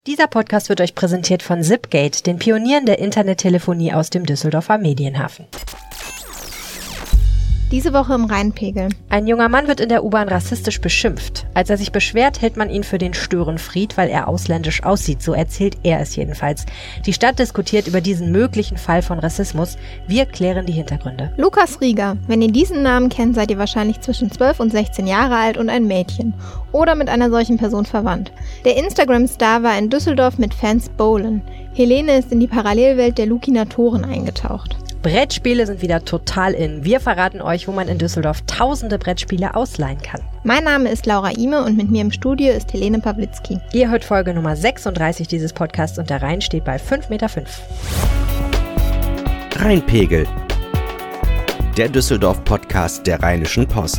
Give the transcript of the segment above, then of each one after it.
Dieser Podcast wird euch präsentiert von Zipgate, den Pionieren der Internettelefonie aus dem Düsseldorfer Medienhafen. Diese Woche im Rheinpegel. Ein junger Mann wird in der U-Bahn rassistisch beschimpft. Als er sich beschwert, hält man ihn für den Störenfried, weil er ausländisch aussieht, so erzählt er es jedenfalls. Die Stadt diskutiert über diesen möglichen Fall von Rassismus. Wir klären die Hintergründe. Lukas Rieger. Wenn ihr diesen Namen kennt, seid ihr wahrscheinlich zwischen 12 und 16 Jahre alt und ein Mädchen. Oder mit einer solchen Person verwandt. Der Instagram-Star war in Düsseldorf mit Fans bowlen. Helene ist in die Parallelwelt der Lukinatoren eingetaucht. Brettspiele sind wieder total in. Wir verraten euch, wo man in Düsseldorf tausende Brettspiele ausleihen kann. Mein Name ist Laura Ime und mit mir im Studio ist Helene Pawlitzki. Ihr hört Folge Nummer 36 dieses Podcasts und der Rhein steht bei 5,5 Meter. Rheinpegel, der Düsseldorf-Podcast der Rheinischen Post.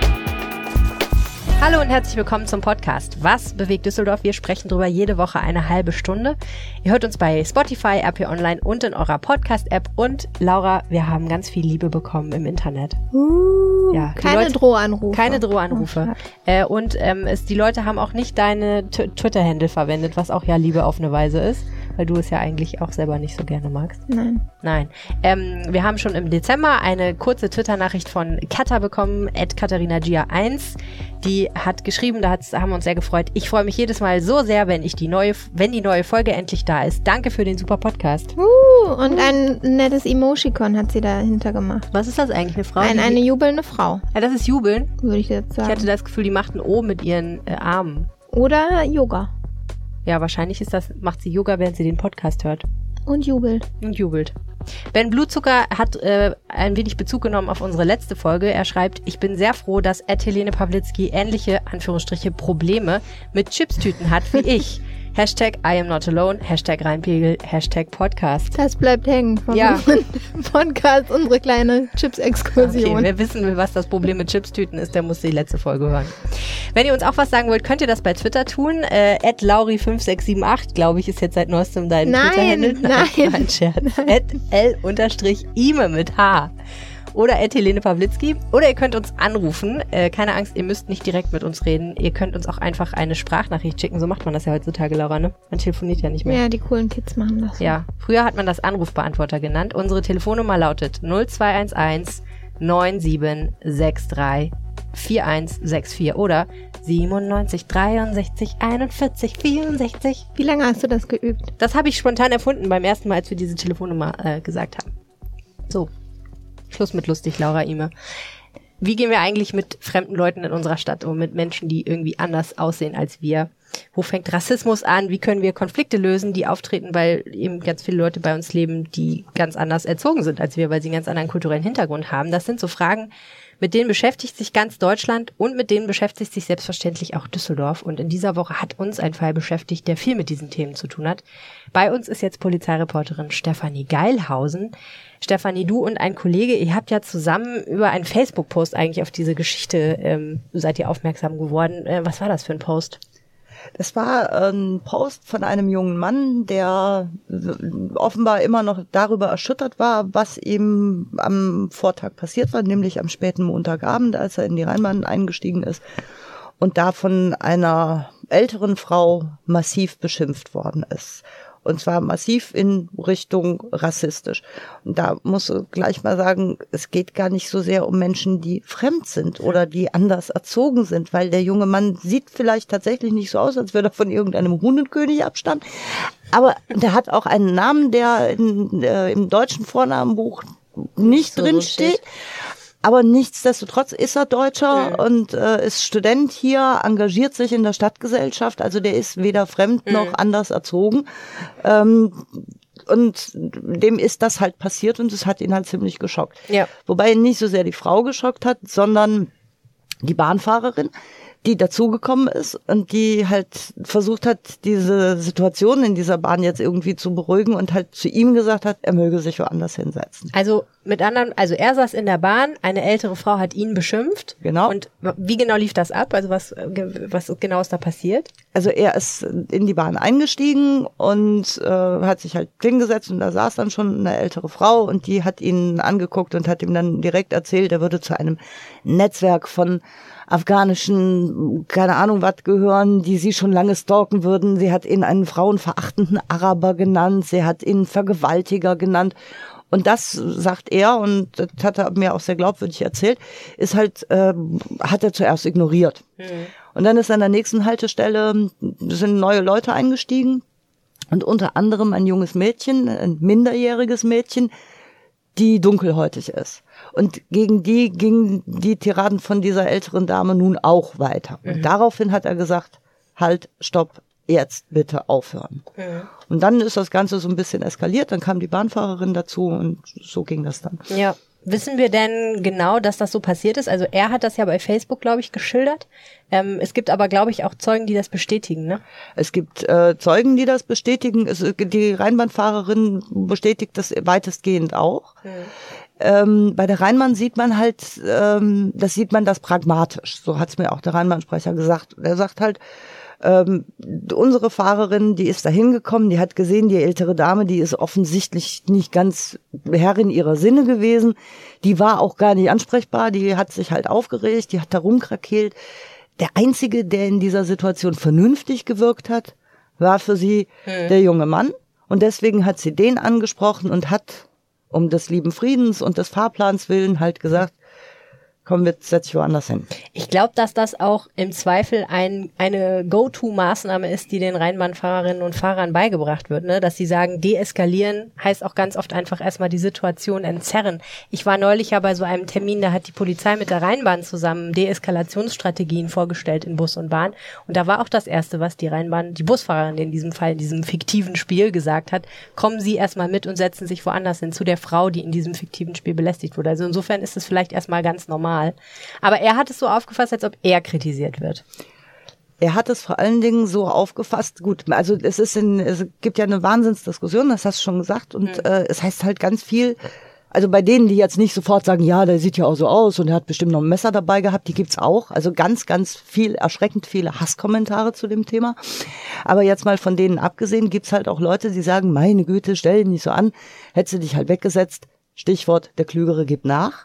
Hallo und herzlich willkommen zum Podcast Was bewegt Düsseldorf? Wir sprechen darüber jede Woche eine halbe Stunde. Ihr hört uns bei Spotify, RP Online und in eurer Podcast-App. Und Laura, wir haben ganz viel Liebe bekommen im Internet. Ja, keine Drohanrufe. Keine Drohanrufe. Die Leute haben auch nicht deine Twitter-Handle verwendet, was auch ja Liebe auf eine Weise ist, weil du es ja eigentlich auch selber nicht so gerne magst. Nein. Wir haben schon im Dezember eine kurze Twitter-Nachricht von Katha bekommen, @KatharinaGia1. Die hat geschrieben, da haben wir uns sehr gefreut. Ich freue mich jedes Mal so sehr, wenn die neue Folge endlich da ist. Danke für den super Podcast. Und ein nettes Emoticon hat sie dahinter gemacht. Was ist das eigentlich, eine Frau? Eine jubelnde Frau. Ja, das ist Jubeln? Würde ich jetzt sagen. Ich hatte das Gefühl, die macht ein O mit ihren Armen. Oder Yoga. Ja, wahrscheinlich macht sie Yoga, während sie den Podcast hört. Und jubelt. Ben Blutzucker hat ein wenig Bezug genommen auf unsere letzte Folge. Er schreibt, ich bin sehr froh, dass Helene Pawlitzki ähnliche, Anführungsstriche, Probleme mit Chipstüten hat wie ich. Hashtag I am not alone, Hashtag Rheinpegel, Hashtag Podcast. Das bleibt hängen vom Podcast, unsere kleine Chips-Exkursion. Okay, wer wissen will, was das Problem mit Chipstüten ist, der muss die letzte Folge hören. Wenn ihr uns auch was sagen wollt, könnt ihr das bei Twitter tun. @Lauri5678, glaube ich, ist jetzt seit neuestem dein Twitter-Handle. Nein, Scherz. @L_Ime mit H. Oder Helene Pawlitzki. Oder ihr könnt uns anrufen. Keine Angst, ihr müsst nicht direkt mit uns reden. Ihr könnt uns auch einfach eine Sprachnachricht schicken. So macht man das ja heutzutage, Laura, ne? Man telefoniert ja nicht mehr. Ja, die coolen Kids machen das. Ja, früher hat man das Anrufbeantworter genannt. Unsere Telefonnummer lautet 0211 9763 4164 oder 97 63 41 64. Wie lange hast du das geübt? Das habe ich spontan erfunden beim ersten Mal, als wir diese Telefonnummer gesagt haben. So. Schluss mit lustig, Laura Ime. Wie gehen wir eigentlich mit fremden Leuten in unserer Stadt um, mit Menschen, die irgendwie anders aussehen als wir? Wo fängt Rassismus an? Wie können wir Konflikte lösen, die auftreten, weil eben ganz viele Leute bei uns leben, die ganz anders erzogen sind als wir, weil sie einen ganz anderen kulturellen Hintergrund haben? Das sind so Fragen, mit denen beschäftigt sich ganz Deutschland und mit denen beschäftigt sich selbstverständlich auch Düsseldorf. Und in dieser Woche hat uns ein Fall beschäftigt, der viel mit diesen Themen zu tun hat. Bei uns ist jetzt Polizeireporterin Stefanie Geilhausen. Stefanie, du und ein Kollege, ihr habt ja zusammen über einen Facebook-Post eigentlich auf diese Geschichte, seid ihr aufmerksam geworden. Was war das für ein Post? Das war ein Post von einem jungen Mann, der offenbar immer noch darüber erschüttert war, was ihm am Vortag passiert war, nämlich am späten Montagabend, als er in die Rheinbahn eingestiegen ist und da von einer älteren Frau massiv beschimpft worden ist. Und zwar massiv in Richtung rassistisch. Und da muss ich gleich mal sagen, es geht gar nicht so sehr um Menschen, die fremd sind oder die anders erzogen sind, weil der junge Mann sieht vielleicht tatsächlich nicht so aus, als würde er von irgendeinem Hundenkönig abstammen. Aber der hat auch einen Namen, der im deutschen Vornamenbuch nicht so drin steht. Aber nichtsdestotrotz ist er Deutscher und ist Student hier, engagiert sich in der Stadtgesellschaft. Also der ist weder fremd noch anders erzogen. Und dem ist das halt passiert und es hat ihn halt ziemlich geschockt. Ja. Wobei ihn nicht so sehr die Frau geschockt hat, sondern die Bahnfahrerin, die dazugekommen ist und die halt versucht hat, diese Situation in dieser Bahn jetzt irgendwie zu beruhigen und halt zu ihm gesagt hat, er möge sich woanders hinsetzen. Also er saß in der Bahn, eine ältere Frau hat ihn beschimpft. Genau. Und wie genau lief das ab? Also was genau ist da passiert? Also er ist in die Bahn eingestiegen und hat sich halt hingesetzt und da saß dann schon eine ältere Frau und die hat ihn angeguckt und hat ihm dann direkt erzählt, er würde zu einem Netzwerk von afghanischen, keine Ahnung was gehören, die sie schon lange stalken würden. Sie hat ihn einen frauenverachtenden Araber genannt, sie hat ihn Vergewaltiger genannt. Und das sagt er, und das hat er mir auch sehr glaubwürdig erzählt, ist halt, hat er zuerst ignoriert. Und dann ist an der nächsten Haltestelle, sind neue Leute eingestiegen und unter anderem ein junges Mädchen, ein minderjähriges Mädchen, die dunkelhäutig ist. Und gegen die gingen die Tiraden von dieser älteren Dame nun auch weiter. Und daraufhin hat er gesagt, halt, stopp, jetzt bitte aufhören. Und dann ist das Ganze so ein bisschen eskaliert, dann kam die Bahnfahrerin dazu und so ging das dann. Ja. Wissen wir denn genau, dass das so passiert ist? Also er hat das ja bei Facebook, glaube ich, geschildert. Es gibt aber, glaube ich, auch Zeugen, die das bestätigen, ne? Es gibt Zeugen, die das bestätigen. Die Rheinbahnfahrerin bestätigt das weitestgehend auch. Bei der Rheinbahn sieht man halt, das pragmatisch. So hat's mir auch der Rheinbahnsprecher gesagt. Er sagt halt, unsere Fahrerin, die ist da hingekommen, die hat gesehen, die ältere Dame, die ist offensichtlich nicht ganz Herrin ihrer Sinne gewesen. Die war auch gar nicht ansprechbar, die hat sich halt aufgeregt, die hat da rumkrakeelt. Der Einzige, der in dieser Situation vernünftig gewirkt hat, war für sie der junge Mann. Und deswegen hat sie den angesprochen und hat um des lieben Friedens und des Fahrplans willen halt gesagt, komm, setz dich woanders hin. Ich glaube, dass das auch im Zweifel eine Go-To-Maßnahme ist, die den Rheinbahnfahrerinnen und Fahrern beigebracht wird, ne? Dass sie sagen, deeskalieren heißt auch ganz oft einfach erstmal die Situation entzerren. Ich war neulich ja bei so einem Termin, da hat die Polizei mit der Rheinbahn zusammen Deeskalationsstrategien vorgestellt in Bus und Bahn. Und da war auch das Erste, was die Rheinbahn, die Busfahrerin in diesem Fall, in diesem fiktiven Spiel gesagt hat, kommen Sie erstmal mit und setzen sich woanders hin, zu der Frau, die in diesem fiktiven Spiel belästigt wurde. Also insofern ist es vielleicht erstmal ganz normal. Aber er hat es so aufgefasst, als ob er kritisiert wird. Er hat es vor allen Dingen so aufgefasst, gut, also es gibt ja eine Wahnsinnsdiskussion, das hast du schon gesagt, und es heißt halt ganz viel, also bei denen, die jetzt nicht sofort sagen, ja, der sieht ja auch so aus und er hat bestimmt noch ein Messer dabei gehabt, die gibt's auch, also ganz, ganz viel, erschreckend viele Hasskommentare zu dem Thema. Aber jetzt mal von denen abgesehen, gibt's halt auch Leute, die sagen, meine Güte, stell dich nicht so an, hättest du dich halt weggesetzt, Stichwort, der Klügere gibt nach.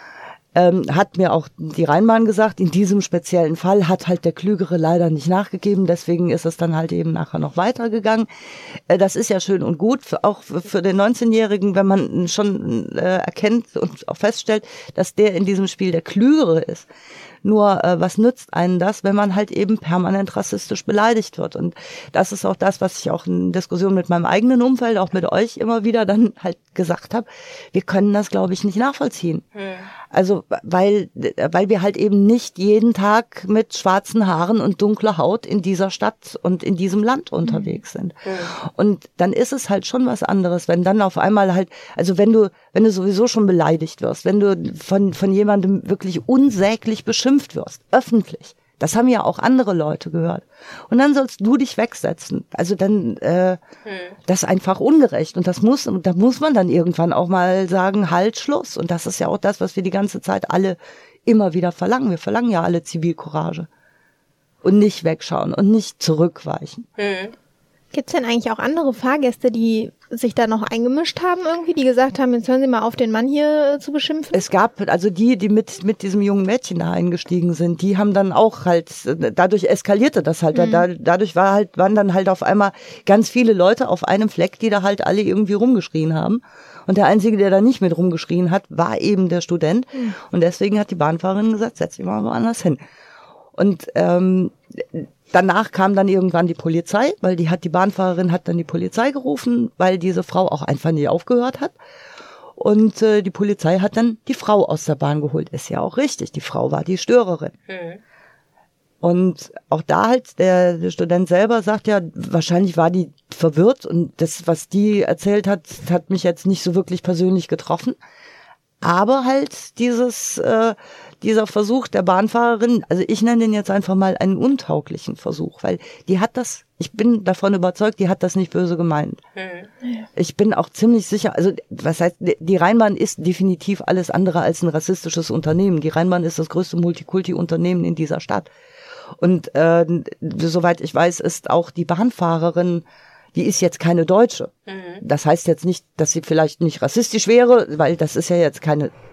Hat mir auch die Rheinbahn gesagt, in diesem speziellen Fall hat halt der Klügere leider nicht nachgegeben, deswegen ist es dann halt eben nachher noch weitergegangen. Das ist ja schön und gut, auch für den 19-Jährigen, wenn man schon erkennt und auch feststellt, dass der in diesem Spiel der Klügere ist. Nur was nützt einen das, wenn man halt eben permanent rassistisch beleidigt wird? Und das ist auch das, was ich auch in Diskussionen mit meinem eigenen Umfeld, auch mit euch immer wieder dann halt gesagt habe. Wir können das, glaube ich, nicht nachvollziehen. Also weil wir halt eben nicht jeden Tag mit schwarzen Haaren und dunkler Haut in dieser Stadt und in diesem Land unterwegs sind. Und dann ist es halt schon was anderes, wenn dann auf einmal halt, also wenn du sowieso schon beleidigt wirst, wenn du von jemandem wirklich unsäglich beschimpft wirst, öffentlich. Das haben ja auch andere Leute gehört. Und dann sollst du dich wegsetzen. Also dann, das ist einfach ungerecht. Und da muss man dann irgendwann auch mal sagen, halt, Schluss. Und das ist ja auch das, was wir die ganze Zeit alle immer wieder verlangen. Wir verlangen ja alle Zivilcourage. Und nicht wegschauen und nicht zurückweichen. Gibt's denn eigentlich auch andere Fahrgäste, die sich da noch eingemischt haben irgendwie, die gesagt haben, jetzt hören Sie mal auf, den Mann hier zu beschimpfen? Es gab also die mit diesem jungen Mädchen da eingestiegen sind, die haben dann auch halt, dadurch eskalierte das halt, dadurch waren dann halt auf einmal ganz viele Leute auf einem Fleck, die da halt alle irgendwie rumgeschrien haben. Und der Einzige, der da nicht mit rumgeschrien hat, war eben der Student. Und deswegen hat die Bahnfahrerin gesagt, setz dich mal woanders hin. Und danach kam dann irgendwann die Polizei, weil die Bahnfahrerin hat dann die Polizei gerufen, weil diese Frau auch einfach nicht aufgehört hat. Und die Polizei hat dann die Frau aus der Bahn geholt. Ist ja auch richtig, die Frau war die Störerin. Und auch da halt, der Student selber sagt ja, wahrscheinlich war die verwirrt und das, was die erzählt hat, hat mich jetzt nicht so wirklich persönlich getroffen. Aber halt dieser Versuch der Bahnfahrerin, also ich nenne den jetzt einfach mal einen untauglichen Versuch, weil die hat das, ich bin davon überzeugt, die hat das nicht böse gemeint. Ich bin auch ziemlich sicher, also was heißt, die Rheinbahn ist definitiv alles andere als ein rassistisches Unternehmen. Die Rheinbahn ist das größte Multikulti-Unternehmen in dieser Stadt. Und soweit ich weiß, ist auch die Bahnfahrerin, die ist jetzt keine Deutsche. Das heißt jetzt nicht, dass sie vielleicht nicht rassistisch wäre, weil das ist ja jetzt keine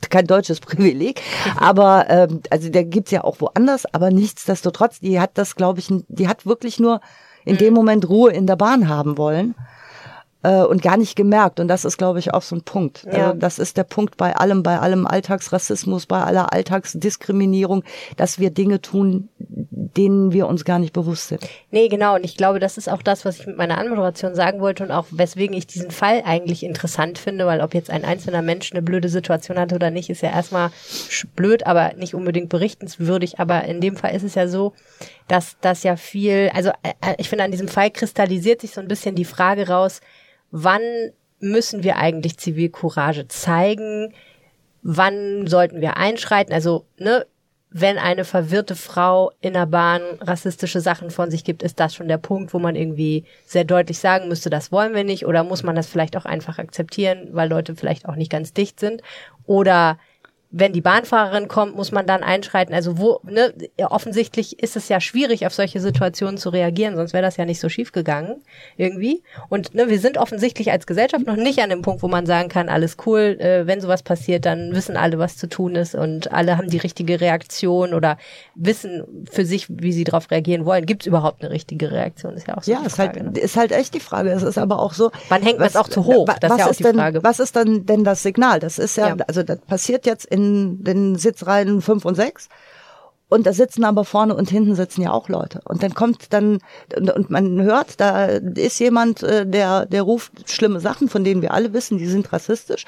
kein deutsches Privileg, aber also der gibt's ja auch woanders, aber nichtsdestotrotz, die hat das, glaube ich, die hat wirklich nur in dem Moment Ruhe in der Bahn haben wollen. Und gar nicht gemerkt. Und das ist, glaube ich, auch so ein Punkt. Ja. Das ist der Punkt bei allem Alltagsrassismus, bei aller Alltagsdiskriminierung, dass wir Dinge tun, denen wir uns gar nicht bewusst sind. Nee, genau. Und ich glaube, das ist auch das, was ich mit meiner Anmoderation sagen wollte und auch weswegen ich diesen Fall eigentlich interessant finde, weil ob jetzt ein einzelner Mensch eine blöde Situation hatte oder nicht, ist ja erstmal blöd, aber nicht unbedingt berichtenswürdig. Aber in dem Fall ist es ja so, dass das ja viel, also ich finde, an diesem Fall kristallisiert sich so ein bisschen die Frage raus, wann müssen wir eigentlich Zivilcourage zeigen? Wann sollten wir einschreiten? Also, wenn eine verwirrte Frau in der Bahn rassistische Sachen von sich gibt, ist das schon der Punkt, wo man irgendwie sehr deutlich sagen müsste, das wollen wir nicht, oder muss man das vielleicht auch einfach akzeptieren, weil Leute vielleicht auch nicht ganz dicht sind? Oder wenn die Bahnfahrerin kommt, muss man dann einschreiten. Also offensichtlich ist es ja schwierig, auf solche Situationen zu reagieren, sonst wäre das ja nicht so schief gegangen irgendwie. Und wir sind offensichtlich als Gesellschaft noch nicht an dem Punkt, wo man sagen kann, alles cool, wenn sowas passiert, dann wissen alle, was zu tun ist und alle haben die richtige Reaktion oder wissen für sich, wie sie darauf reagieren wollen. Gibt es überhaupt eine richtige Reaktion? Ist ja auch so die Frage. Ist halt echt die Frage. Es ist aber auch so. Wann hängt man es auch zu hoch? Das ist ja auch die Frage. Was ist dann denn das Signal? Das ist ja, also das passiert jetzt in den Sitzreihen 5 und 6. Und da sitzen aber vorne und hinten sitzen ja auch Leute. Und dann kommt und man hört, da ist jemand, der ruft schlimme Sachen, von denen wir alle wissen, die sind rassistisch.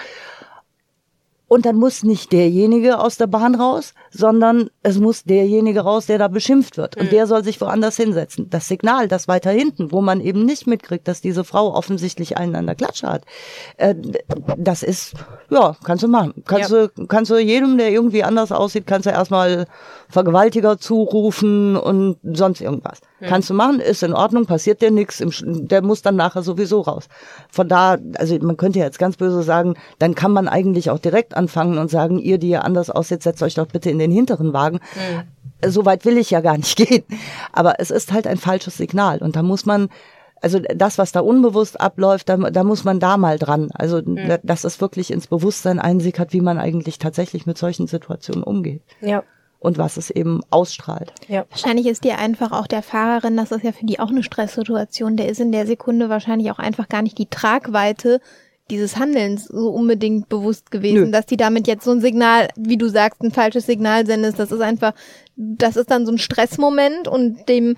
Und dann muss nicht derjenige aus der Bahn raus, sondern es muss derjenige raus, der da beschimpft wird. Und der soll sich woanders hinsetzen. Das Signal, das weiter hinten, wo man eben nicht mitkriegt, dass diese Frau offensichtlich einen an der Klatsche hat, das ist, ja, kannst du machen. Kannst du jedem, der irgendwie anders aussieht, kannst du erstmal Vergewaltiger zurufen und sonst irgendwas. Kannst du machen, ist in Ordnung, passiert dir nichts, der muss dann nachher sowieso raus. Von da, also man könnte jetzt ganz böse sagen, dann kann man eigentlich auch direkt anfangen und sagen, ihr, die ihr anders aussieht, setzt euch doch bitte in den hinteren Wagen. So weit will ich ja gar nicht gehen. Aber es ist halt ein falsches Signal und da muss man, also das, was da unbewusst abläuft, da muss man da mal dran. Also dass es wirklich ins Bewusstsein einsickert, wie man eigentlich tatsächlich mit solchen Situationen umgeht. Ja. Und was es eben ausstrahlt. Ja. Wahrscheinlich ist dir einfach auch der Fahrerin, das ist ja für die auch eine Stresssituation, der ist in der Sekunde wahrscheinlich auch einfach gar nicht die Tragweite dieses Handelns so unbedingt bewusst gewesen, dass die damit jetzt so ein Signal, wie du sagst, ein falsches Signal sendest. Das ist dann so ein Stressmoment und dem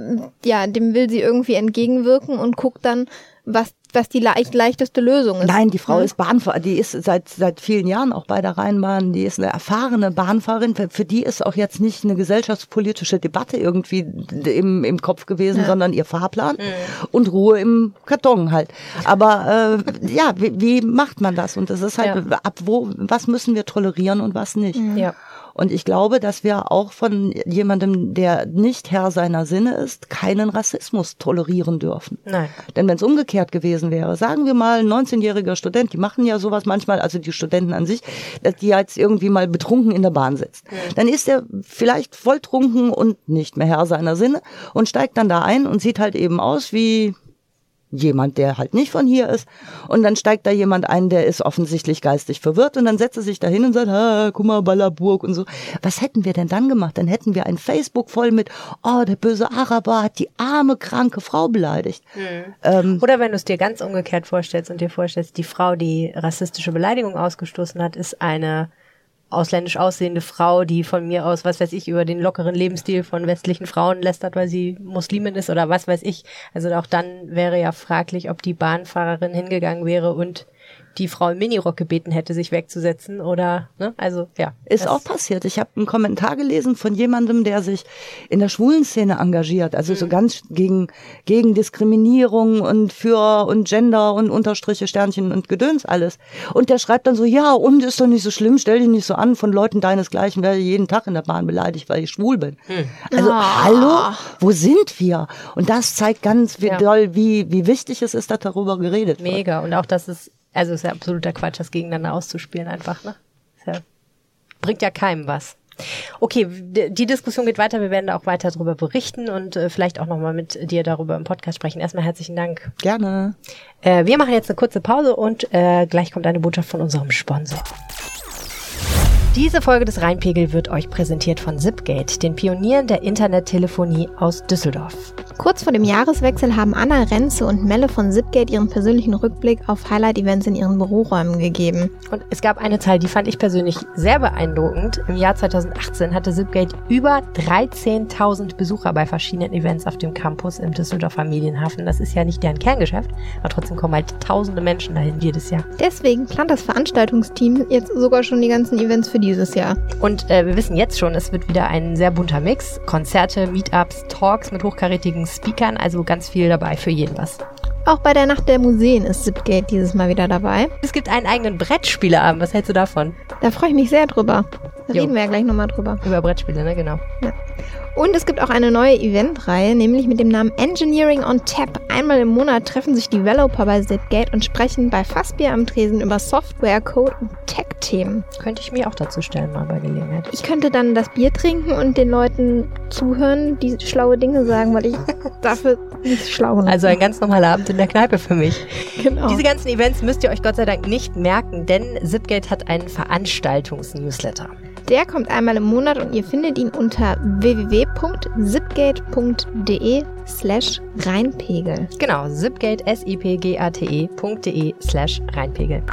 will sie irgendwie entgegenwirken und guckt dann, was die leichteste Lösung ist. Nein, die Frau ist Bahnfahrerin, die ist seit vielen Jahren auch bei der Rheinbahn, die ist eine erfahrene Bahnfahrerin, für die ist auch jetzt nicht eine gesellschaftspolitische Debatte irgendwie im Kopf gewesen, sondern ihr Fahrplan und Ruhe im Karton halt. Aber wie macht man das? Und das ist halt, was müssen wir tolerieren und was nicht? Ja. Und ich glaube, dass wir auch von jemandem, der nicht Herr seiner Sinne ist, keinen Rassismus tolerieren dürfen. Nein. Denn wenn es umgekehrt gewesen wäre, sagen wir mal, ein 19-jähriger Student, die machen ja sowas manchmal, also die Studenten an sich, dass die jetzt irgendwie mal betrunken in der Bahn sitzt. Dann ist er vielleicht volltrunken und nicht mehr Herr seiner Sinne und steigt dann da ein und sieht halt eben aus wie jemand, der halt nicht von hier ist. Und dann steigt da jemand ein, der ist offensichtlich geistig verwirrt und dann setzt er sich da hin und sagt, guck mal, Ballerburg und so. Was hätten wir denn dann gemacht? Dann hätten wir ein Facebook voll mit, der böse Araber hat die arme, kranke Frau beleidigt. Oder wenn du es dir ganz umgekehrt vorstellst und dir vorstellst, die Frau, die rassistische Beleidigung ausgestoßen hat, ist eine ausländisch aussehende Frau, die von mir aus, was weiß ich, über den lockeren Lebensstil von westlichen Frauen lästert, weil sie Muslimin ist oder was weiß ich. Also auch dann wäre ja fraglich, ob die Bahnfahrerin hingegangen wäre und die Frau im Minirock gebeten hätte, sich wegzusetzen oder, also ja. Ist auch passiert. Ich habe einen Kommentar gelesen von jemandem, der sich in der schwulen Szene engagiert, also so ganz gegen Diskriminierung und und Gender und Unterstriche, Sternchen und Gedöns alles. Und der schreibt dann so, ja, und ist doch nicht so schlimm, stell dich nicht so an, von Leuten deinesgleichen werde ich jeden Tag in der Bahn beleidigt, weil ich schwul bin. Also, hallo, wo sind wir? Und das zeigt ganz doll, wie wichtig es ist, dass darüber geredet wird. Mega. Und auch, dass es ist ja absoluter Quatsch, das gegeneinander auszuspielen einfach, ne? Bringt ja keinem was. Okay, die Diskussion geht weiter. Wir werden da auch weiter darüber berichten und vielleicht auch nochmal mit dir darüber im Podcast sprechen. Erstmal herzlichen Dank. Gerne. Wir machen jetzt eine kurze Pause und gleich kommt eine Botschaft von unserem Sponsor. Diese Folge des Rheinpegel wird euch präsentiert von Zipgate, den Pionieren der Internettelefonie aus Düsseldorf. Kurz vor dem Jahreswechsel haben Anna Renze und Melle von Zipgate ihren persönlichen Rückblick auf Highlight-Events in ihren Büroräumen gegeben. Und es gab eine Zahl, die fand ich persönlich sehr beeindruckend. Im Jahr 2018 hatte Zipgate über 13.000 Besucher bei verschiedenen Events auf dem Campus im Düsseldorfer Medienhafen. Das ist ja nicht deren Kerngeschäft, aber trotzdem kommen halt tausende Menschen dahin jedes Jahr. Deswegen plant das Veranstaltungsteam jetzt sogar schon die ganzen Events für dieses Jahr. Und wir wissen jetzt schon, es wird wieder ein sehr bunter Mix. Konzerte, Meetups, Talks mit hochkarätigen Speakern, also ganz viel dabei für jeden was. Auch bei der Nacht der Museen ist Zipgate dieses Mal wieder dabei. Es gibt einen eigenen Brettspieleabend. Was hältst du davon? Da freue ich mich sehr drüber. Da reden wir ja gleich nochmal drüber. Über Brettspiele, ne? Genau. Ja. Und es gibt auch eine neue Eventreihe, nämlich mit dem Namen Engineering on Tap. Einmal im Monat treffen sich Developer bei Zipgate und sprechen bei Fassbier am Tresen über Software, Code und Tech-Themen. Könnte ich mir auch dazu stellen, mal bei Gelegenheit. Ich könnte dann das Bier trinken und den Leuten zuhören, die schlaue Dinge sagen, weil ich dafür nicht schlau bin. Also ein ganz normaler Abend in der Kneipe für mich. Genau. Diese ganzen Events müsst ihr euch Gott sei Dank nicht merken, denn Zipgate hat einen Veranstaltungs-Newsletter. Der kommt einmal im Monat und ihr findet ihn unter www.zipgate.de/Rheinpegel. Genau, Zipgate, SIPGATE.de/Rheinpegel.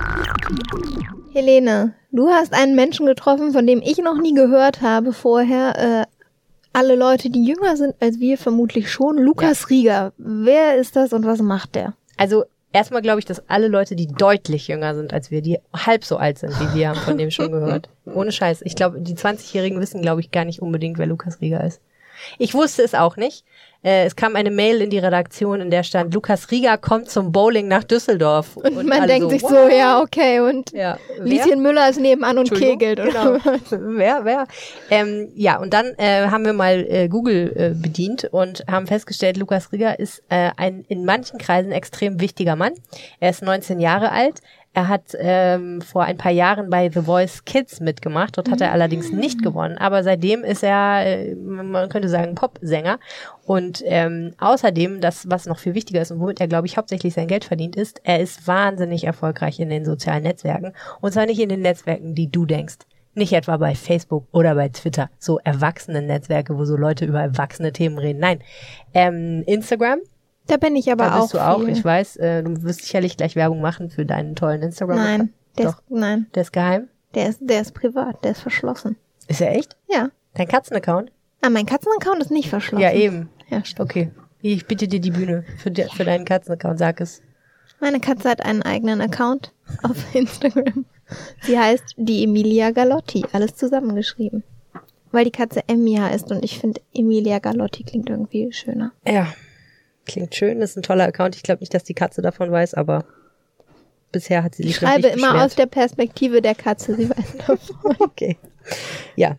Helene, du hast einen Menschen getroffen, von dem ich noch nie gehört habe vorher. Alle Leute, die jünger sind als wir, vermutlich schon. Lukas Rieger. Wer ist das und was macht der? Also erstmal glaube ich, dass alle Leute, die deutlich jünger sind als wir, die halb so alt sind wie wir, haben von dem schon gehört. Ohne Scheiß. Ich glaube, die 20-Jährigen wissen, glaube ich, gar nicht unbedingt, wer Lukas Rieger ist. Ich wusste es auch nicht. Es kam eine Mail in die Redaktion, in der stand, Lukas Rieger kommt zum Bowling nach Düsseldorf. Und man denkt sich so, ja, okay, und ja, Lieschen Müller ist nebenan und kegelt. Oder? Genau. Wer? Ja, und dann haben wir mal Google bedient und haben festgestellt, Lukas Rieger ist ein in manchen Kreisen extrem wichtiger Mann. Er ist 19 Jahre alt. Er hat vor ein paar Jahren bei The Voice Kids mitgemacht. Dort hat er allerdings nicht gewonnen. Aber seitdem ist er, man könnte sagen, Popsänger. Und außerdem, das, was noch viel wichtiger ist und womit er, glaube ich, hauptsächlich sein Geld verdient, ist, er ist wahnsinnig erfolgreich in den sozialen Netzwerken. Und zwar nicht in den Netzwerken, die du denkst. Nicht etwa bei Facebook oder bei Twitter. So erwachsene Netzwerke, wo so Leute über erwachsene Themen reden. Nein. Instagram. Da bin ich aber da bist auch du auch, ich weiß. Du wirst sicherlich gleich Werbung machen für deinen tollen Instagram. Nein, der ist geheim? Der ist privat, der ist verschlossen. Ist er echt? Ja. Dein Katzenaccount? Ah, mein Katzenaccount ist nicht verschlossen. Ja, eben. Ja, stimmt. Okay. Ich bitte dir die Bühne für deinen Katzenaccount, sag es. Meine Katze hat einen eigenen Account auf Instagram. Sie heißt die Emilia Galotti, alles zusammengeschrieben. Weil die Katze Emilia ist und ich finde Emilia Galotti klingt irgendwie schöner. Ja. Klingt schön, ist ein toller Account. Ich glaube nicht, dass die Katze davon weiß, aber bisher hat sie sich noch nicht beschwert. Ich schreibe immer aus der Perspektive der Katze, sie weiß davon. Okay. Ja.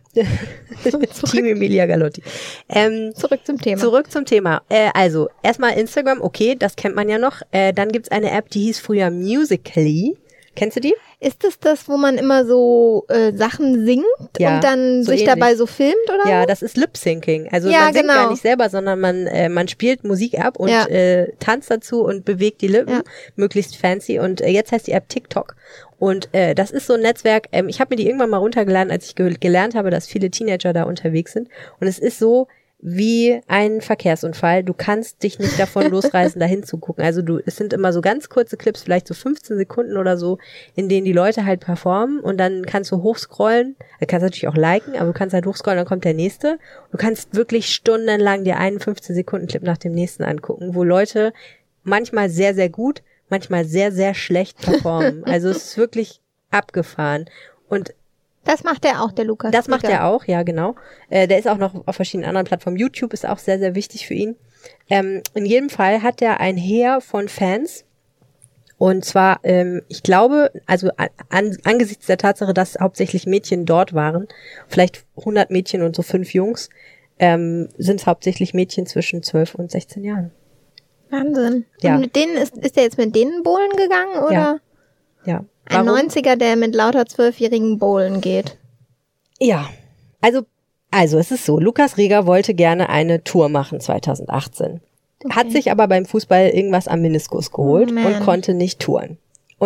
Team Emilia Galotti. Zurück zum Thema. Also, erstmal Instagram, okay, das kennt man ja noch. Dann gibt's eine App, die hieß früher Musical.ly. Kennst du die? Ist das, wo man immer so Sachen singt und dann so sich ähnlich dabei so filmt, oder? Ja, das ist Lip-Syncing. Also man singt gar nicht selber, sondern man spielt Musik ab und tanzt dazu und bewegt die Lippen, möglichst fancy. Und jetzt heißt die App TikTok. Und das ist so ein Netzwerk, ich habe mir die irgendwann mal runtergeladen, als ich gelernt habe, dass viele Teenager da unterwegs sind. Und es ist so wie ein Verkehrsunfall. Du kannst dich nicht davon losreißen, dahin zu gucken. Also es sind immer so ganz kurze Clips, vielleicht so 15 Sekunden oder so, in denen die Leute halt performen und dann kannst du hochscrollen. Du kannst natürlich auch liken, aber du kannst halt hochscrollen, dann kommt der nächste. Du kannst wirklich stundenlang dir einen 15-Sekunden-Clip nach dem nächsten angucken, wo Leute manchmal sehr, sehr gut, manchmal sehr, sehr schlecht performen. Also es ist wirklich abgefahren. Und das macht er auch, der Lukas. Das macht er auch, ja, genau. Der ist auch noch auf verschiedenen anderen Plattformen. YouTube ist auch sehr, sehr wichtig für ihn. In jedem Fall hat er ein Heer von Fans. Und zwar, ich glaube, also angesichts der Tatsache, dass hauptsächlich Mädchen dort waren, vielleicht 100 Mädchen und so 5 Jungs, sind es hauptsächlich Mädchen zwischen 12 und 16 Jahren. Wahnsinn. Ja. Und mit denen ist er jetzt mit denen bowlen gegangen, oder? Ja. Ein 90er, der mit lauter 12-jährigen bowlen geht. Ja, also es ist so, Lukas Rieger wollte gerne eine Tour machen 2018. Okay. Hat sich aber beim Fußball irgendwas am Meniskus geholt und konnte nicht touren. Und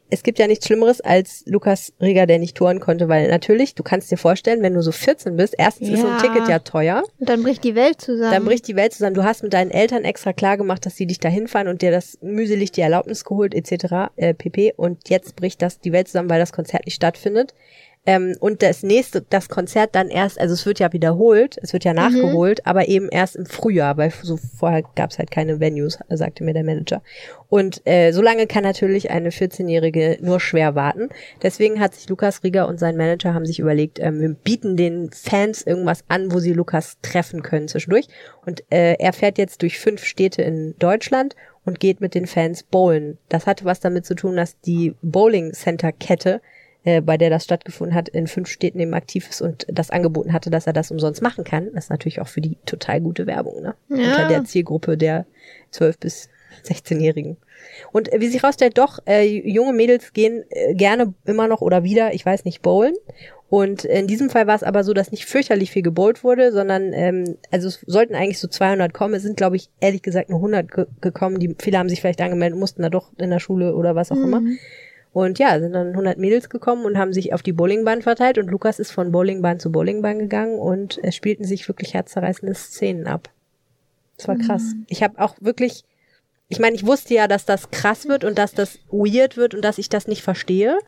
es gibt ja nichts Schlimmeres als Lukas Rieger, der nicht touren konnte, weil natürlich, du kannst dir vorstellen, wenn du so 14 bist, erstens ist so ein Ticket ja teuer. Und dann bricht die Welt zusammen. Du hast mit deinen Eltern extra klar gemacht, dass sie dich da hinfahren und dir das mühselig die Erlaubnis geholt, etc. pp. Und jetzt bricht die Welt zusammen, weil das Konzert nicht stattfindet. Und das Konzert dann erst, also es wird ja wiederholt, es wird ja nachgeholt, aber eben erst im Frühjahr, weil so vorher gab es halt keine Venues, sagte mir der Manager. Und so lange kann natürlich eine 14-Jährige nur schwer warten. Deswegen hat sich Lukas Rieger und sein Manager haben sich überlegt, wir bieten den Fans irgendwas an, wo sie Lukas treffen können zwischendurch. Und er fährt jetzt durch 5 Städte in Deutschland und geht mit den Fans bowlen. Das hatte was damit zu tun, dass die Bowling-Center-Kette, bei der das stattgefunden hat, in 5 Städten eben aktiv ist und das angeboten hatte, dass er das umsonst machen kann. Das ist natürlich auch für die total gute Werbung, ne? Ja. Unter der Zielgruppe der 12- bis 16-Jährigen. Und wie sich rausstellt, doch, junge Mädels gehen gerne immer noch oder wieder, ich weiß nicht, bowlen. Und in diesem Fall war es aber so, dass nicht fürchterlich viel gebowlt wurde, sondern also es sollten eigentlich so 200 kommen. Es sind, glaube ich, ehrlich gesagt nur 100 gekommen. Viele haben sich vielleicht angemeldet, mussten da doch in der Schule oder was auch immer. Und ja, sind dann 100 Mädels gekommen und haben sich auf die Bowlingbahn verteilt und Lukas ist von Bowlingbahn zu Bowlingbahn gegangen und es spielten sich wirklich herzzerreißende Szenen ab. Das war krass. Ich habe auch wirklich, ich meine, ich wusste ja, dass das krass wird und dass das weird wird und dass ich das nicht verstehe.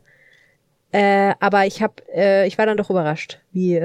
Aber ich war dann doch überrascht, wie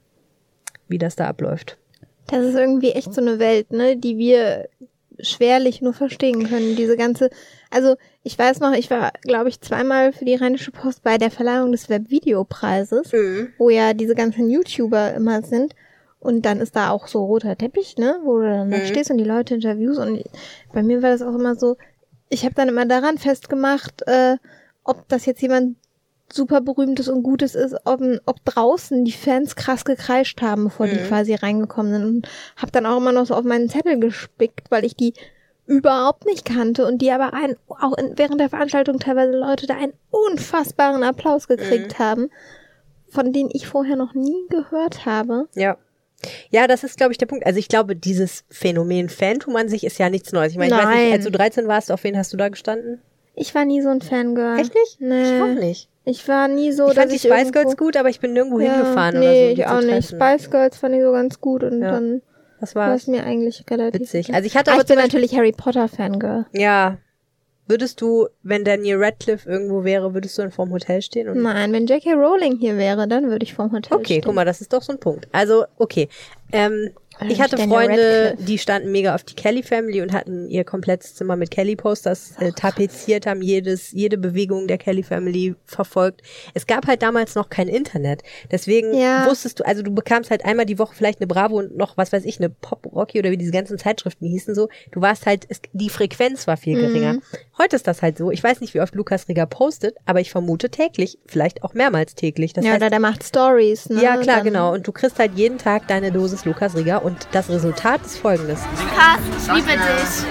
das da abläuft. Das ist irgendwie echt so eine Welt, ne, die wir schwerlich nur verstehen können. Diese ganze, also ich weiß noch, ich war, glaube ich, 2-mal für die Rheinische Post bei der Verleihung des Webvideopreises, wo ja diese ganzen YouTuber immer sind. Und dann ist da auch so roter Teppich, ne, wo du dann da stehst und die Leute interviewst. Und bei mir war das auch immer so, ich habe dann immer daran festgemacht, ob das jetzt jemand super Berühmtes und Gutes ist, ob draußen die Fans krass gekreischt haben, bevor die quasi reingekommen sind. Und habe dann auch immer noch so auf meinen Zettel gespickt, weil ich die überhaupt nicht kannte und die aber während der Veranstaltung teilweise Leute da einen unfassbaren Applaus gekriegt haben, von denen ich vorher noch nie gehört habe. Ja. Ja, das ist, glaube ich, der Punkt. Also ich glaube, dieses Phänomen Fantum an sich ist ja nichts Neues. Ich meine, ich weiß nicht, als du 13 warst, auf wen hast du da gestanden? Ich war nie so ein Fangirl. Echt nicht? Nee. Ich auch nicht. Ich war nie so, ich fand die Spice Girls gut, aber ich bin nirgendwo hingefahren oder so. Nee, ich auch nicht. Spice Girls fand ich so ganz gut und dann war es mir eigentlich relativ witzig. Also ich hatte aber ich bin natürlich Harry Potter Fangirl. Ja. Würdest du, wenn Daniel Radcliffe irgendwo wäre, würdest du dann vorm Hotel stehen? Und nein, wenn J.K. Rowling hier wäre, dann würde ich vorm Hotel stehen. Okay, guck mal, das ist doch so ein Punkt. Also, okay. Ich hatte Freunde, die standen mega auf die Kelly Family und hatten ihr komplettes Zimmer mit Kelly Posters tapeziert, haben jede Bewegung der Kelly Family verfolgt. Es gab halt damals noch kein Internet. Deswegen wusstest du, also du bekamst halt einmal die Woche vielleicht eine Bravo und noch, was weiß ich, eine Pop Rocky oder wie diese ganzen Zeitschriften hießen so. Du warst halt, die Frequenz war viel geringer. Heute ist das halt so. Ich weiß nicht, wie oft Lukas Rieger postet, aber ich vermute täglich, vielleicht auch mehrmals täglich. Das heißt, oder der macht Stories, ne? Ja, klar, genau. Und du kriegst halt jeden Tag deine Dosis Lukas Rieger und das Resultat ist folgendes. Lukas, ich liebe dich.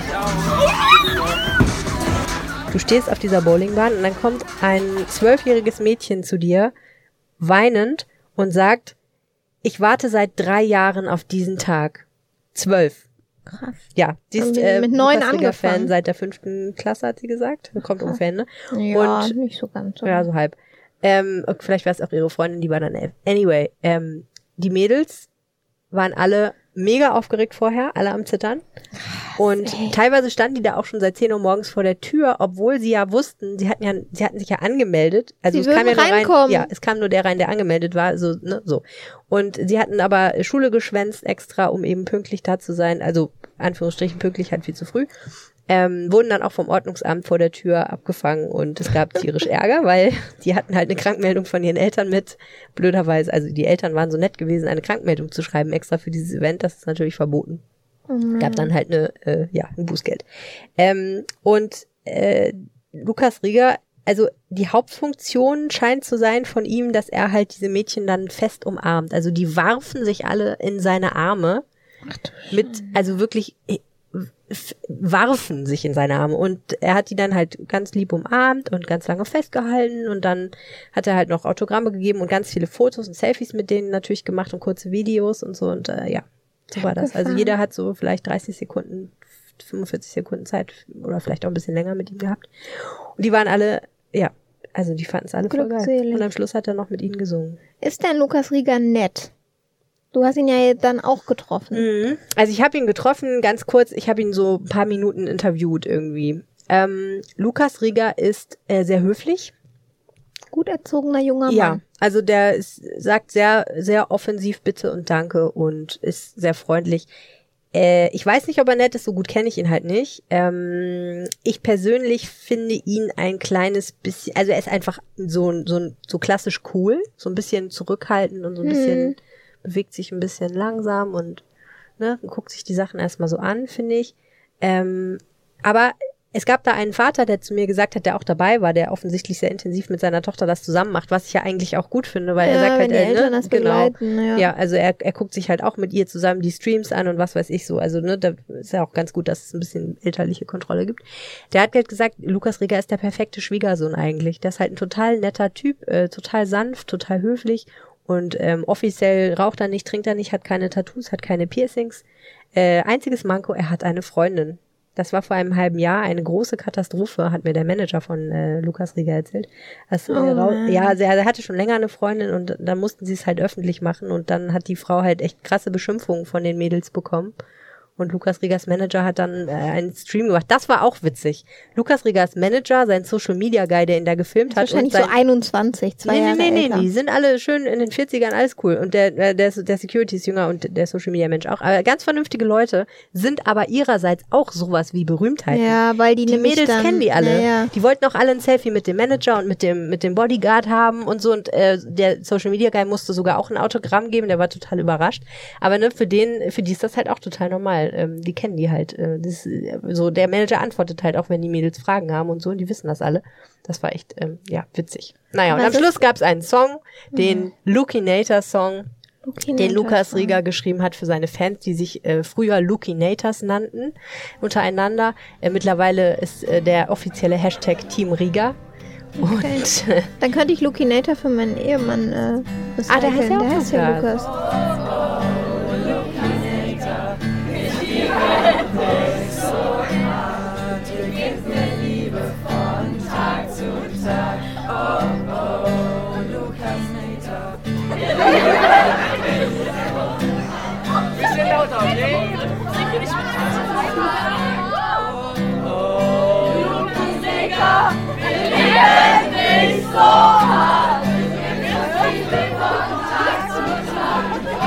Du stehst auf dieser Bowlingbahn und dann kommt ein 12-jähriges Mädchen zu dir, weinend und sagt, ich warte seit 3 Jahren auf diesen Tag. 12. Krass. Ja, sie ist mit 9 angefangen. Fan seit der 5. Klasse, hat sie gesagt. Kommt ungefähr, ne? Ja, und, nicht so ganz. Ja, so halb. Vielleicht war es auch ihre Freundin, die war dann 11. Anyway, die Mädels waren alle mega aufgeregt vorher, alle am Zittern. Und teilweise standen die da auch schon seit 10 Uhr morgens vor der Tür, obwohl sie ja wussten, sie hatten sich ja angemeldet. Also sie es kam ja nur reinkommen. rein, es kam nur der rein, der angemeldet war, so, ne, so. Und sie hatten aber Schule geschwänzt extra, um eben pünktlich da zu sein. Also, Anführungsstrichen pünktlich, halt viel zu früh. Wurden dann auch vom Ordnungsamt vor der Tür abgefangen und es gab tierisch Ärger, weil die hatten halt eine Krankmeldung von ihren Eltern mit. Blöderweise, also die Eltern waren so nett gewesen, eine Krankmeldung zu schreiben extra für dieses Event. Das ist natürlich verboten. Gab dann halt ein Bußgeld. Lukas Rieger, also die Hauptfunktion scheint zu sein von ihm, dass er halt diese Mädchen dann fest umarmt. Also die warfen sich alle in seine Arme also wirklich warfen sich in seine Arme und er hat die dann halt ganz lieb umarmt und ganz lange festgehalten und dann hat er halt noch Autogramme gegeben und ganz viele Fotos und Selfies mit denen natürlich gemacht und kurze Videos und so und so war das. Also jeder hat so vielleicht 30 Sekunden, 45 Sekunden Zeit oder vielleicht auch ein bisschen länger mit ihm gehabt und die waren alle, also die fanden es alle voll geil. Und am Schluss hat er noch mit ihnen gesungen. Ist denn Lukas Rieger nett? Du hast ihn ja dann auch getroffen. Mhm. Also ich habe ihn getroffen, ganz kurz, ich habe ihn so ein paar Minuten interviewt irgendwie. Lukas Rieger ist sehr höflich. Gut erzogener junger Mann. Ja, also der sagt sehr, sehr offensiv Bitte und Danke und ist sehr freundlich. Ich weiß nicht, ob er nett ist, so gut kenne ich ihn halt nicht. Ich persönlich finde ihn ein kleines bisschen, also er ist einfach so klassisch cool, so ein bisschen zurückhaltend und so ein bisschen, bewegt sich ein bisschen langsam und guckt sich die Sachen erstmal so an, finde ich. Aber es gab da einen Vater, der zu mir gesagt hat, der auch dabei war, der offensichtlich sehr intensiv mit seiner Tochter das zusammen macht, was ich ja eigentlich auch gut finde, weil er sagt halt, die Eltern das begleiten, ja, also er guckt sich halt auch mit ihr zusammen die Streams an und was weiß ich so. Also da ist ja auch ganz gut, dass es ein bisschen elterliche Kontrolle gibt. Der hat halt gesagt, Lukas Rieger ist der perfekte Schwiegersohn eigentlich. Der ist halt ein total netter Typ, total sanft, total höflich und offiziell raucht er nicht, trinkt er nicht, hat keine Tattoos, hat keine Piercings. Einziges Manko, er hat eine Freundin. Das war vor einem halben Jahr eine große Katastrophe, hat mir der Manager von Lukas Rieger erzählt. Er hatte schon länger eine Freundin und dann mussten sie es halt öffentlich machen und dann hat die Frau halt echt krasse Beschimpfungen von den Mädels bekommen. Und Lukas Riegers Manager hat dann einen Stream gemacht. Das war auch witzig. Lukas Riegers Manager, sein Social Media Guy, der ihn da gefilmt hat. Wahrscheinlich so 21, 2 Jahre älter. Nee, die sind alle schön in den 40ern, alles cool. Und der Security ist jünger und der Social Media Mensch auch. Aber ganz vernünftige Leute sind aber ihrerseits auch sowas wie Berühmtheiten. Ja, weil die Mädels dann, kennen die alle. Ja. Die wollten auch alle ein Selfie mit dem Manager und mit dem Bodyguard haben und so. Und der Social Media Guy musste sogar auch ein Autogramm geben. Der war total überrascht. Aber für die ist das halt auch total normal. Die kennen die halt. So der Manager antwortet halt auch, wenn die Mädels Fragen haben und so. Und die wissen das alle. Das war echt, witzig. Naja, und am Schluss gab es einen Song, den Lukinator-Song, den Lukas Rieger geschrieben hat für seine Fans, die sich früher Lukinators nannten, untereinander. Mittlerweile ist der offizielle Hashtag Team Rieger. Und dann könnte ich Lukinator für meinen Ehemann recyceln. Der heißt ja auch der heißt ja Lukas. Bisschen lauter, okay? Lukas, wir lieben dich so hart. Wir lieben von Tag zu Tag.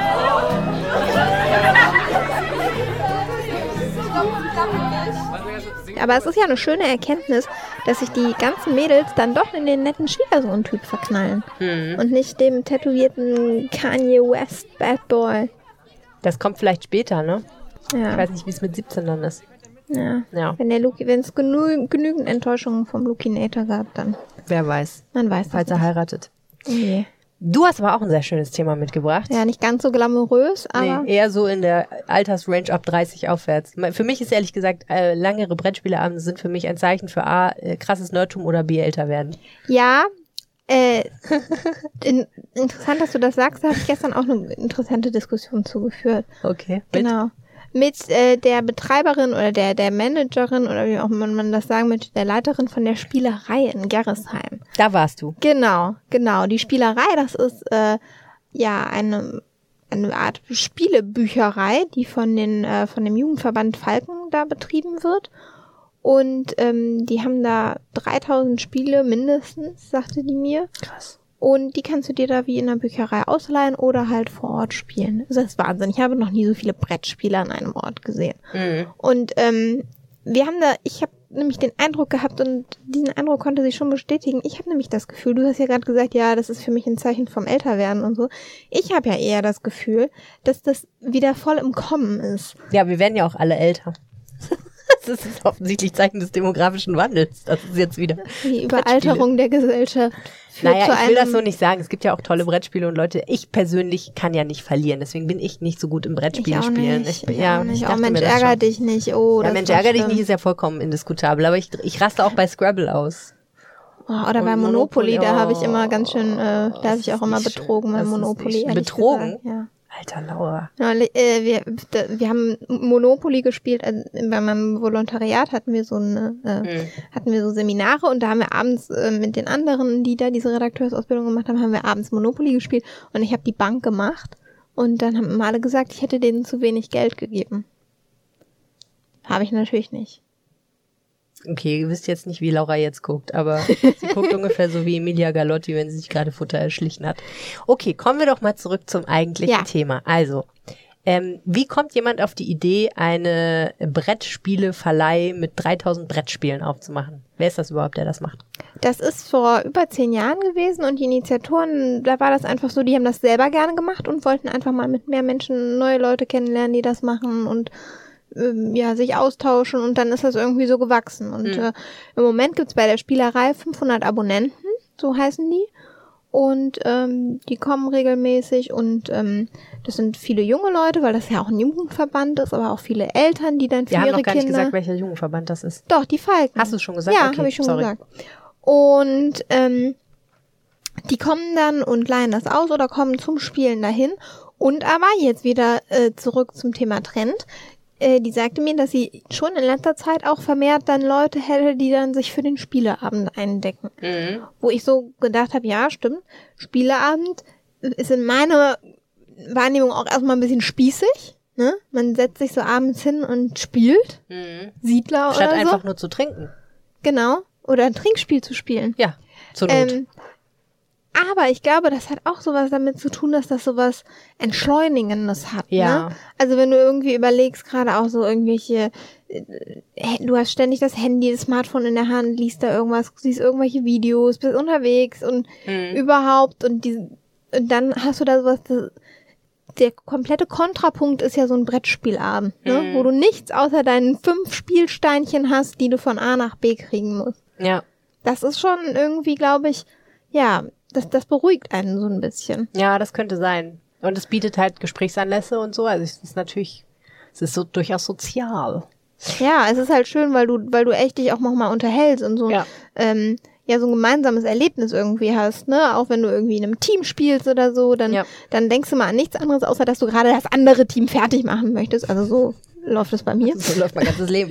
Aber es ist ja eine schöne Erkenntnis, dass sich die ganzen Mädels dann doch in den netten Schwiegersohn-Typ verknallen. Und nicht dem tätowierten Kanye West Bad Boy. Das kommt vielleicht später, ne? Ja. Ich weiß nicht, wie es mit 17 dann ist. Ja. Wenn es genügend Enttäuschungen vom Lukinator gab, dann. Wer weiß. Man weiß. Falls er heiratet. Okay. Du hast aber auch ein sehr schönes Thema mitgebracht. Ja, nicht ganz so glamourös, aber... Nee, eher so in der Altersrange ab 30 aufwärts. Für mich ist ehrlich gesagt, langere Brettspieleabende sind für mich ein Zeichen für A, krasses Nerdtum oder B, älter werden. Ja, interessant, dass du das sagst. Da habe ich gestern auch eine interessante Diskussion zugeführt. Okay. Genau. Mit der Betreiberin oder der Managerin oder wie auch man das sagen möchte, der Leiterin von der Spielerei in Gerresheim. Da warst du. Genau. Die Spielerei, das ist eine Art Spielebücherei, die von dem Jugendverband Falken da betrieben wird. Und die haben da 3000 Spiele mindestens, sagte die mir. Krass. Und die kannst du dir da wie in der Bücherei ausleihen oder halt vor Ort spielen. Das ist Wahnsinn. Ich habe noch nie so viele Brettspiele an einem Ort gesehen. Mhm. Und ich habe nämlich den Eindruck gehabt und diesen Eindruck konnte sich schon bestätigen. Ich habe nämlich das Gefühl, du hast ja gerade gesagt, ja, das ist für mich ein Zeichen vom Älterwerden und so. Ich habe ja eher das Gefühl, dass das wieder voll im Kommen ist. Ja, wir werden ja auch alle älter. Das ist offensichtlich Zeichen des demografischen Wandels. Das ist jetzt wieder die Überalterung der Gesellschaft. Naja, ich will das so nicht sagen. Es gibt ja auch tolle Brettspiele und Leute, ich persönlich kann ja nicht verlieren. Deswegen bin ich nicht so gut im Brettspielen spielen. Ich Mensch, ärger dich nicht. Oh, ja, Mensch, ärger dich nicht ist ja vollkommen indiskutabel. Aber ich raste auch bei Scrabble aus. Oh, oder bei Monopoly, da habe ich immer ganz schön, da habe ich auch immer betrogen bei Monopoly. Betrogen? Ja. Alter, Laura. Ja, wir haben Monopoly gespielt, also bei meinem Volontariat hatten wir so Seminare und da haben wir abends mit den anderen, die da diese Redakteursauspildung gemacht haben, wir abends Monopoly gespielt und ich habe die Bank gemacht und dann haben immer alle gesagt, ich hätte denen zu wenig Geld gegeben. Habe ich natürlich nicht. Okay, ihr wisst jetzt nicht, wie Laura jetzt guckt, aber sie guckt ungefähr so wie Emilia Galotti, wenn sie sich gerade Futter erschlichen hat. Okay, kommen wir doch mal zurück zum eigentlichen Thema. Also, wie kommt jemand auf die Idee, eine Brettspieleverleih mit 3000 Brettspielen aufzumachen? Wer ist das überhaupt, der das macht? Das ist vor über 10 Jahren gewesen und die Initiatoren, da war das einfach so, die haben das selber gerne gemacht und wollten einfach mal mit mehr Menschen neue Leute kennenlernen, die das machen und sich austauschen und dann ist das irgendwie so gewachsen. Und im Moment gibt's bei der Spielerei 500 Abonnenten, so heißen die. Und die kommen regelmäßig und das sind viele junge Leute, weil das ja auch ein Jugendverband ist, aber auch viele Eltern, die dann für ihre Kinder... Wir haben noch gar nicht gesagt, welcher Jugendverband das ist. Doch, die Falken. Hast du es schon gesagt? Ja, okay, habe ich schon gesagt. Und die kommen dann und leihen das aus oder kommen zum Spielen dahin. Und aber jetzt wieder zurück zum Thema Trend. Die sagte mir, dass sie schon in letzter Zeit auch vermehrt dann Leute hätte, die dann sich für den Spieleabend eindecken. Mhm. Wo ich so gedacht habe, ja, stimmt, Spieleabend ist in meiner Wahrnehmung auch erstmal ein bisschen spießig. Ne? Man setzt sich so abends hin und spielt. Siedler Statt oder so. Statt einfach nur zu trinken. Genau. Oder ein Trinkspiel zu spielen. Ja, zur Not. Aber ich glaube, das hat auch sowas damit zu tun, dass das sowas Entschleunigendes hat. Ja. Ne? Also wenn du irgendwie überlegst, gerade auch so irgendwelche, du hast ständig das Handy, das Smartphone in der Hand, liest da irgendwas, siehst irgendwelche Videos, bist unterwegs und überhaupt und dann hast du da sowas, der komplette Kontrapunkt ist ja so ein Brettspielabend, ne? Wo du nichts außer deinen 5 Spielsteinchen hast, die du von A nach B kriegen musst. Ja. Das ist schon irgendwie, glaube ich, ja, das beruhigt einen so ein bisschen. Ja, das könnte sein. Und es bietet halt Gesprächsanlässe und so. Also es ist so durchaus sozial. Ja, es ist halt schön, weil du echt dich auch mal unterhältst und so, so ein gemeinsames Erlebnis irgendwie hast, ne? Auch wenn du irgendwie in einem Team spielst oder so, dann denkst du mal an nichts anderes, außer dass du gerade das andere Team fertig machen möchtest. Also so läuft es bei mir. So läuft mein ganzes Leben.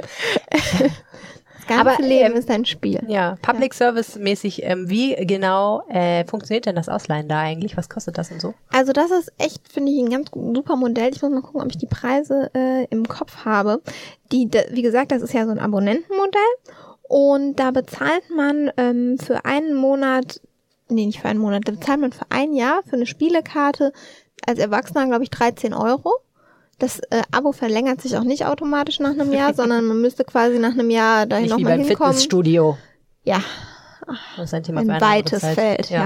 Das ganze Leben ist ein Spiel. Ja, Public Service mäßig, wie genau funktioniert denn das Ausleihen da eigentlich? Was kostet das und so? Also das ist echt, finde ich, ein ganz super Modell. Ich muss mal gucken, ob ich die Preise im Kopf habe. Wie gesagt, das ist ja so ein Abonnentenmodell und da bezahlt man für einen Monat, nicht für einen Monat, da bezahlt man für ein Jahr für eine Spielekarte als Erwachsener, glaube ich, 13 €. Das Abo verlängert sich auch nicht automatisch nach einem Jahr, sondern man müsste quasi nach einem Jahr dahin nochmal hinkommen. Nicht wie beim Fitnessstudio. Ja. Das ist ein Thema für ein weites Feld, ja.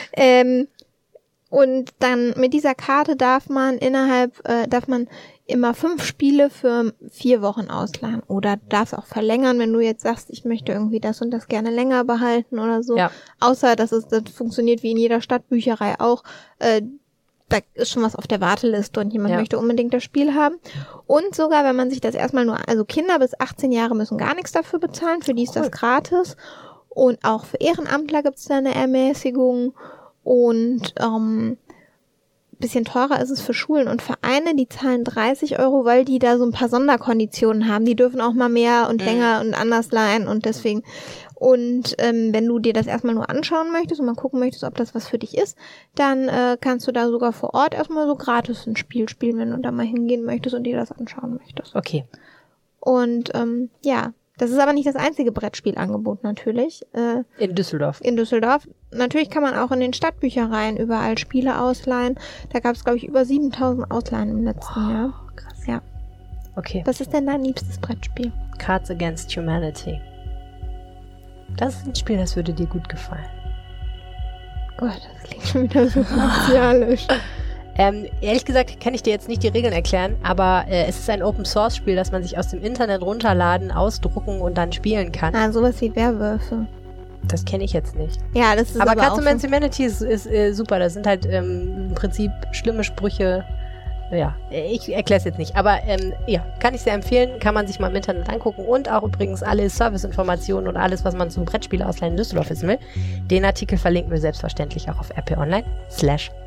Und dann mit dieser Karte darf man immer 5 Spiele für 4 Wochen ausleihen. Oder darfst auch verlängern, wenn du jetzt sagst, ich möchte irgendwie das und das gerne länger behalten oder so. Ja. Außer, das funktioniert wie in jeder Stadtbücherei auch, da ist schon was auf der Warteliste und jemand möchte unbedingt das Spiel haben. Und sogar, wenn man sich das erstmal also Kinder bis 18 Jahre müssen gar nichts dafür bezahlen, für die ist das gratis. Und auch für Ehrenamtler gibt es da eine Ermäßigung. Und bisschen teurer ist es für Schulen und Vereine, die zahlen 30 €, weil die da so ein paar Sonderkonditionen haben. Die dürfen auch mal mehr und länger und anders leihen und deswegen. Und wenn du dir das erstmal nur anschauen möchtest und mal gucken möchtest, ob das was für dich ist, dann kannst du da sogar vor Ort erstmal so gratis ein Spiel spielen, wenn du da mal hingehen möchtest und dir das anschauen möchtest. Okay. Und das ist aber nicht das einzige Brettspielangebot natürlich. In Düsseldorf. In Düsseldorf. Natürlich kann man auch in den Stadtbüchereien überall Spiele ausleihen. Da gab es, glaube ich, über 7000 Ausleihen im letzten Jahr. Krass. Ja. Okay. Was ist denn dein liebstes Brettspiel? Cards Against Humanity. Das ist ein Spiel, das würde dir gut gefallen. Gott, das klingt schon wieder so martialisch. Ehrlich gesagt kann ich dir jetzt nicht die Regeln erklären, aber es ist ein Open-Source-Spiel, das man sich aus dem Internet runterladen, ausdrucken und dann spielen kann. Ah, sowas wie Werwölfe. Das kenne ich jetzt nicht. Ja, das ist aber Cards Against Humanity ist super. Das sind halt im Prinzip schlimme Sprüche. Ja, ich erkläre es jetzt nicht. Aber kann ich sehr empfehlen. Kann man sich mal im Internet angucken. Und auch übrigens alle Serviceinformationen und alles, was man zum Brettspiel ausleihen in Düsseldorf wissen will. Den Artikel verlinken wir selbstverständlich auch auf rp-online/podcast.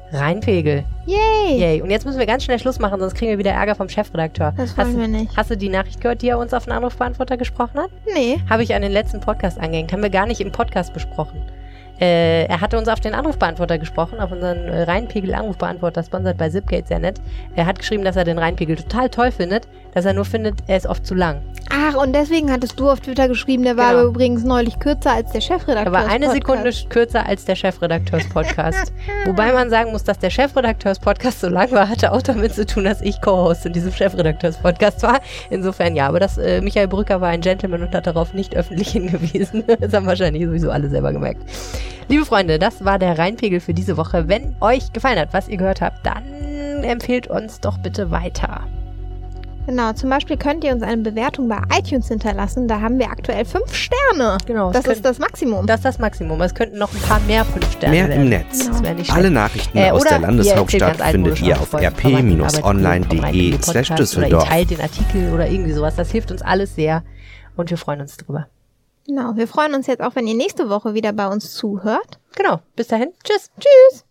Rheinpegel. Yay! Yay. Und jetzt müssen wir ganz schnell Schluss machen, sonst kriegen wir wieder Ärger vom Chefredakteur. Das wollen wir nicht. Hast du die Nachricht gehört, die er uns auf den Anrufbeantworter gesprochen hat? Nee. Habe ich an den letzten Podcast angehängt. Haben wir gar nicht im Podcast besprochen. Er hatte uns auf den Anrufbeantworter gesprochen, auf unseren Rheinpegel-Anrufbeantworter, sponsert bei Zipgate, sehr nett. Er hat geschrieben, dass er den Rheinpegel total toll findet, dass er nur findet, er ist oft zu lang. Ach, und deswegen hattest du auf Twitter geschrieben, der war Genau. aber übrigens neulich kürzer als der Chefredakteur. Er war eine Sekunde kürzer als der Chefredakteurs-Podcast. Wobei man sagen muss, dass der Chefredakteurs-Podcast so lang war, hatte auch damit zu tun, dass ich Co-Host in diesem Chefredakteurs-Podcast war. Insofern ja, aber Michael Brücker war ein Gentleman und hat darauf nicht öffentlich hingewiesen. Das haben wahrscheinlich sowieso alle selber gemerkt. Liebe Freunde, das war der Rheinpegel für diese Woche. Wenn euch gefallen hat, was ihr gehört habt, dann empfehlt uns doch bitte weiter. Genau, zum Beispiel könnt ihr uns eine Bewertung bei iTunes hinterlassen. Da haben wir aktuell 5 Sterne. Genau, Das ist das Maximum. Das ist das Maximum. Es könnten noch ein paar mehr 5 Sterne Mehr werden. im Netz. Das wäre nicht Alle schlecht. Nachrichten aus Oder der ihr Landeshauptstadt erzählt ganz findet ihr auf altmodisch von Freunden, rp-online.de/Düsseldorf. Oder ihr teilt den Artikel oder irgendwie sowas. Das hilft uns alles sehr und wir freuen uns drüber. Genau, wir freuen uns jetzt auch, wenn ihr nächste Woche wieder bei uns zuhört. Genau, bis dahin. Tschüss. Tschüss.